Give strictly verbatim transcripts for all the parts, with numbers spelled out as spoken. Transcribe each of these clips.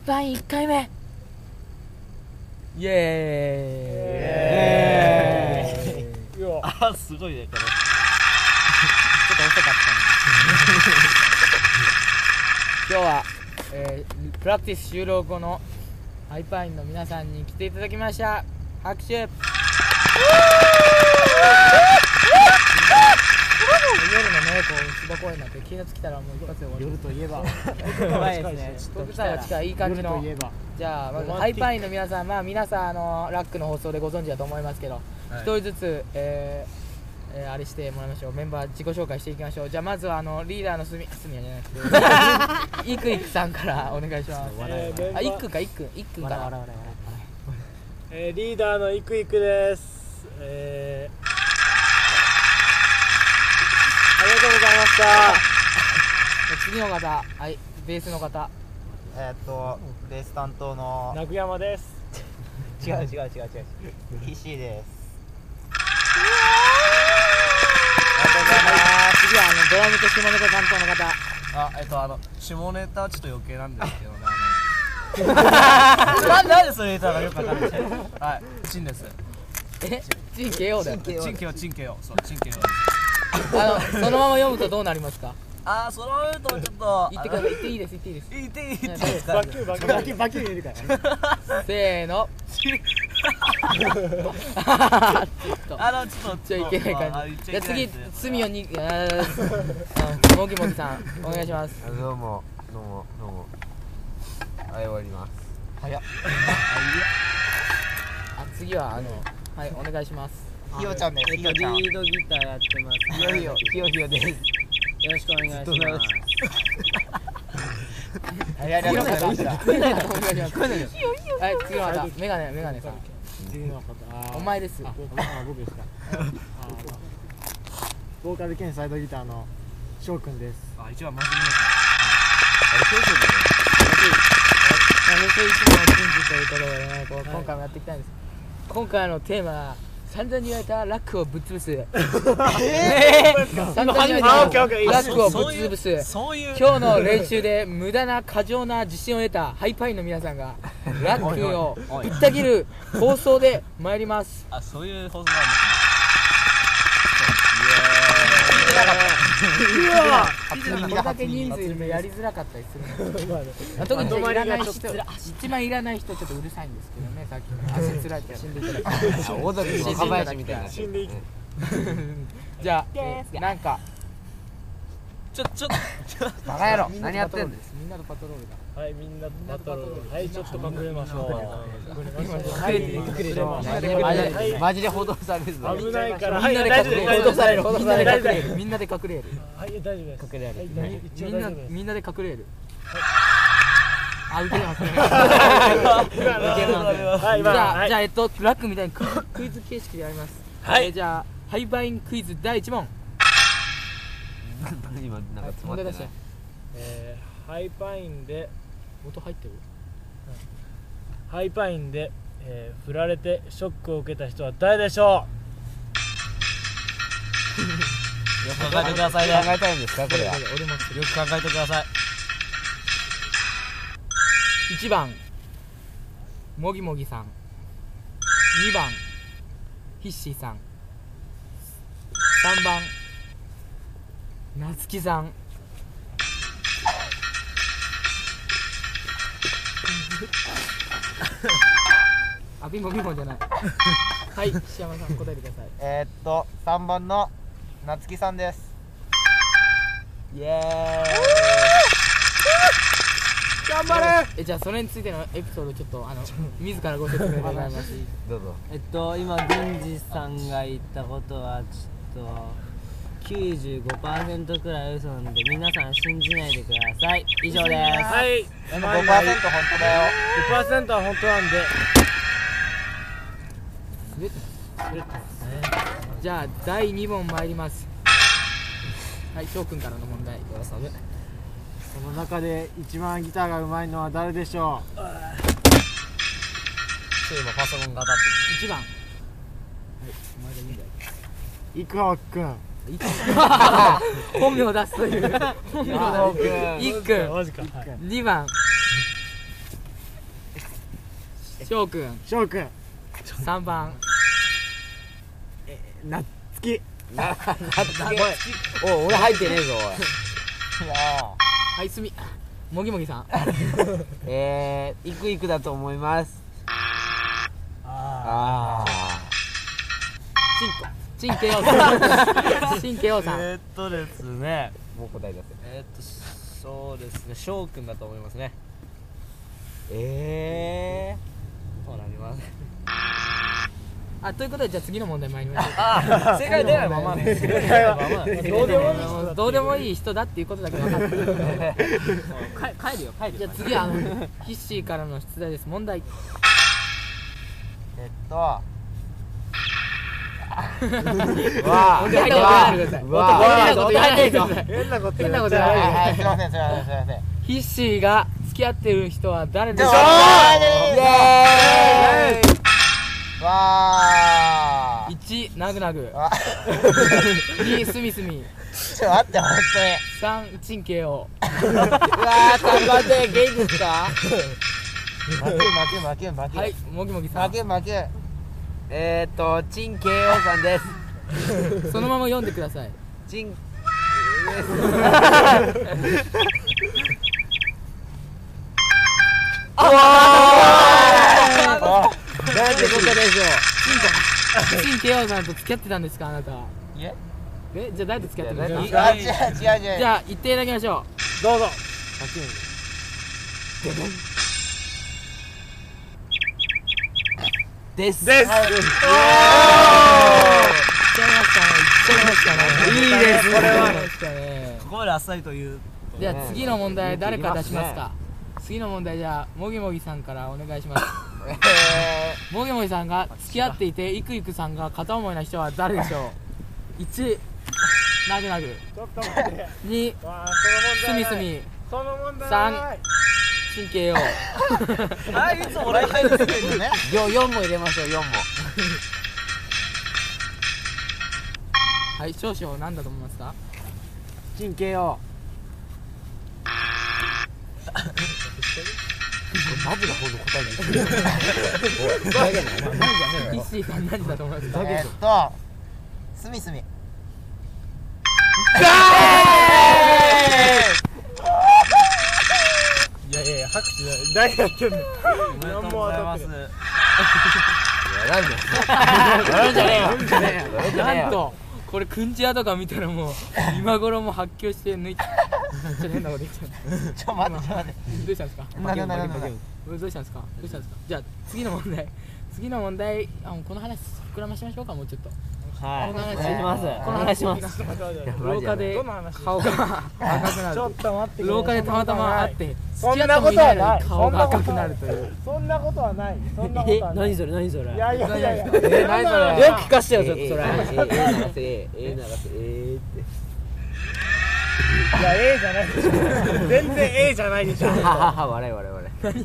パインいっかいめイエーイ。 あ、すごいねこれ。ちょっと遅かった今日は、えー、プラクティス終了後のハイパインの皆さんに来ていただきました。拍手。夜のね、こう芝公園になって気がつきたらもう一発で終わる。 夜といえば近いですね。遠くから近いいい感じの。じゃあまずハイパインの皆さん、まあ皆さんあのラックの放送でご存知だと思いますけど、一人ずつ、えーえー、あれしてもらいましょう。メンバー自己紹介していきましょう。じゃあまずはあのリーダーのすみすみやじゃなくてイクイクさんからお願いします。 えー、 あ、イクかイクイクから。 えー、リーダーのイクイクです。えー、ありがとうございました。 次の方、はい、ベースの方。 えーっとベース担当の中山です。 違う違う違う違う石井です。 次はあのドラムと下ネタ担当の方。 あ、えっとあの下ネタはちょっと余計なんですけどね。なんなんでそれ言ったのかよくわかんない。はい、チンです。 え、チン ケーオー だよ。 チン ケーオー、チン ケーオー、そうチン ケーオー です。 あのそのまま読むとどうなりますか。 あー、そのまま言うとちょっと言ってください。言っていいです。言っていいです。 言っていい言っていいですか。 バキューバキューバキューバキュー入れるから。 せーの。 あのちょっとじゃいけない感じ。じゃ次スミヨにモギモギさんお願いします。 どうもどうもどうも。はい、終わります。早っ。 あ、次はあのはいお願いします。 ひよちゃんです。ひよちゃん。 リードギターやってます。 ひよひよひよひよです。 よろしくお願いします。 はい、ありがとうございました。 はい、次の方メガネメガネさん。 次の方、 お前です。 あ、僕ですか。ボーカル兼サイドギターの翔くんです。 あ、一番真面目です。 あれ、翔くんだね。そしていつもの真実ということでね、こう今回もやっていきたいんです。今回のテーマは散々に言われたラックをぶっ潰す。ええ。散々に言われたラックをぶっ潰す。 そういう今日の練習で無駄な過剰な自信を得たハイパインの皆さんがラックをぶった切る放送で参ります。 あ、そういう放送なんですね。 これだけ人数いるとやりづらかったりするので、特にいらない人、一番いらない人ちょっとうるさいんですけどね。さっき足つらいって死んでいただきます。 大崎の若林みたいな。 死んでいく。 じゃあなんかちょちょバカ野郎何やってんの。 みんなとパトロールだ。 はい、みんなパトロール。はい、ちょっと隠れましょう。 隠れて隠れてマジで報道されるぞ。 危ないから。 みんなで隠れる。報道される。みんなで隠れる。みんなで隠れる。 はい、大丈夫です。 隠れる。みんなみんなで隠れる。あ、受けますね。じゃあじゃあえっとラックみたいにクイズ形式でやります。はい。じゃあハイパインクイズだいいち問。 今なんか詰まってない。 えー、ハイパインで音入ってる。 ハイパインで、えー、振られてショックを受けた人は誰でしょよく考えてくださいね。 考えたいんですかこれは。 俺もよく考えてください。 いちばんもぎもぎさん、にばんヒッシーさん、さんばんなつきさん、あ、ビンゴビンゴじゃない。はい、石山さん答えてください。 えーっとさんばんのなつきさんです。 イエーイ。頑張れ。え、じゃあそれについてのエピソードちょっとあの自らご説明でございます。 どうぞ。 えっと今郡司さんが言ったことはちょっときゅうじゅうごパーセント くらい嘘なんで皆さん信じないでください。以上です。 はい。 でも ごパーセント 本当だよ。 ごパーセント は本当なんで。 滑ってますね。じゃあだいに問参ります。はい、翔くんからの問題。 その中で一番ギターが上手いのは誰でしょう。 そういえばパソコンが当たっていちばん。はい、お前がいいんだよ。 イクホくん。 本名を出すという。本名を出す。いっくん。 マジか。 にばん翔くん翔くんさんばんなつきなおい俺入ってねえぞはいすみもぎもぎさんおいえーいくいくだと思いますああチンコチンケオさんチンケオさんえーっとですねもう答え出せえーっとそうですね翔くんだと思いますねえそうなりますあということでじゃあ次の問題参りましょうあ正解出ないままね正解はままねどうでもいい人だってどうでもいい人だっていうことだけ分かった帰るよ帰るよじゃあ次はあのヒッシーからの出題です問題えっとわわ変なこと言わないでください変なこと言わないでください変なこと変なこと言わないでくださいすいませんすいませんすいませんヒッシーが付き合ってる人は誰でしょうイエーイわーいちナグナグあにスミスミちょっと待って本さんチンケオ当にうわー頑張って元気ですか負け負け負け負けはいもぎもぎさ負け負けえーっとチンケイオさんですんそのまま読んでくださいチンなんてことでしょチンケオさんと付き合ってたんですかあなたういええじゃあ誰と付き合ってるんですあか違う違う違うじゃあ言っていただきましょどうぞですですう言っちゃいましたね言っちゃいましたねいいですこれはねここまであっさりと言うじゃあ次の問題誰か出しますか次の問題じゃあもぎもぎさんからお願いしますえもぎもぎさんが付き合っていていくいくさんが片思いな人は誰でしょういちナグナグちょっと待ってにわあスその問題ないミスミその問題さんないチンケオあいつも俺が入ってるねー、よよんも入れましょうよんもはい少々何だと思いますか神経をマジがほんの答えに言ってるおい答えがないお前マジじゃねえよヒッシーさん何だと思いますかえーっとすみすみいやいやいや拍手だ何やってんのおめでとうございます笑うんじゃねえよ笑うんじゃねえよ笑うんじゃねえよなんとこれくんち屋とか見たらもう今頃も発狂して抜いてちょっと変なこと言っちゃちょ待ってちょ待ってうどうしたんですかなななななどうしたんですかどうしたんですかじゃあ次の問題次の問題あもうこの話膨らましましょうかもうちょっとはいこの話お願いしますこのお願いします廊下でどの話顔が赤くなるちょっと待ってくれ廊下でたまたま会ってそんなことはない顔が赤くなるというそんなことはないそんなことえはない何それ何それいやいやいやいやえー、何それよく聞かせてよちょっとそれえー、えー、えー、流せえー、流せえーっていや A じゃないでしょ全然 A じゃないでしょははは笑い笑い笑い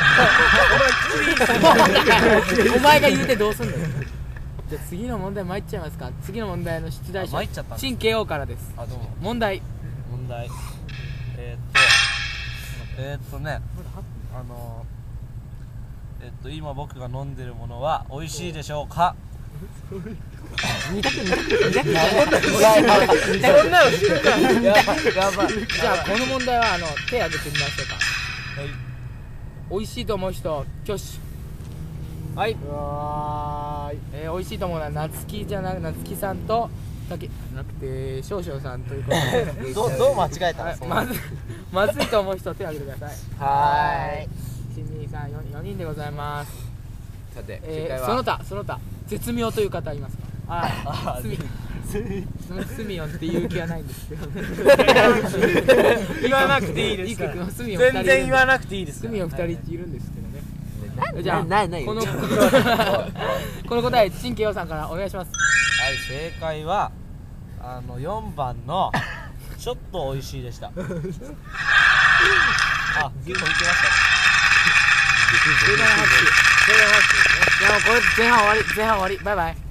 お前が言うてどうすんのよじゃあ次の問題参っちゃいますか次の問題の出題者参っちゃったんです新慶応からですあどうも問題問題えー、っとえー、っとねあのえー、っと今僕が飲んでるものは美味しいでしょうか二択二択二択やばいそんなの知るかやばいやばいじゃあこの問題はあの手挙げてみましょうかはい美味しいと思う人挙手はいうわーいえー、美味しいと思うのは夏希じゃなく夏希さんとだけなくて少々さんということでどうどう間違えたはいのそんなまずまずいと思う人手を挙げてくださいはーいいちにさんよんよにんでございますさて正えー、 解はその他その他絶妙という方いますかああスミスミヨンっていう気はないんですけど言わなくていいですからいいスミヨン全然言わなくていいですスミヨンふたりいるんですけどねなじゃあななこのこの答え陳慶応さんからお願いしますはい正解はあのよんばんのちょっと美味しいでしたあ結構いけました中断発注中断発注いやもうこれ前半終わり前半終わりバイバイ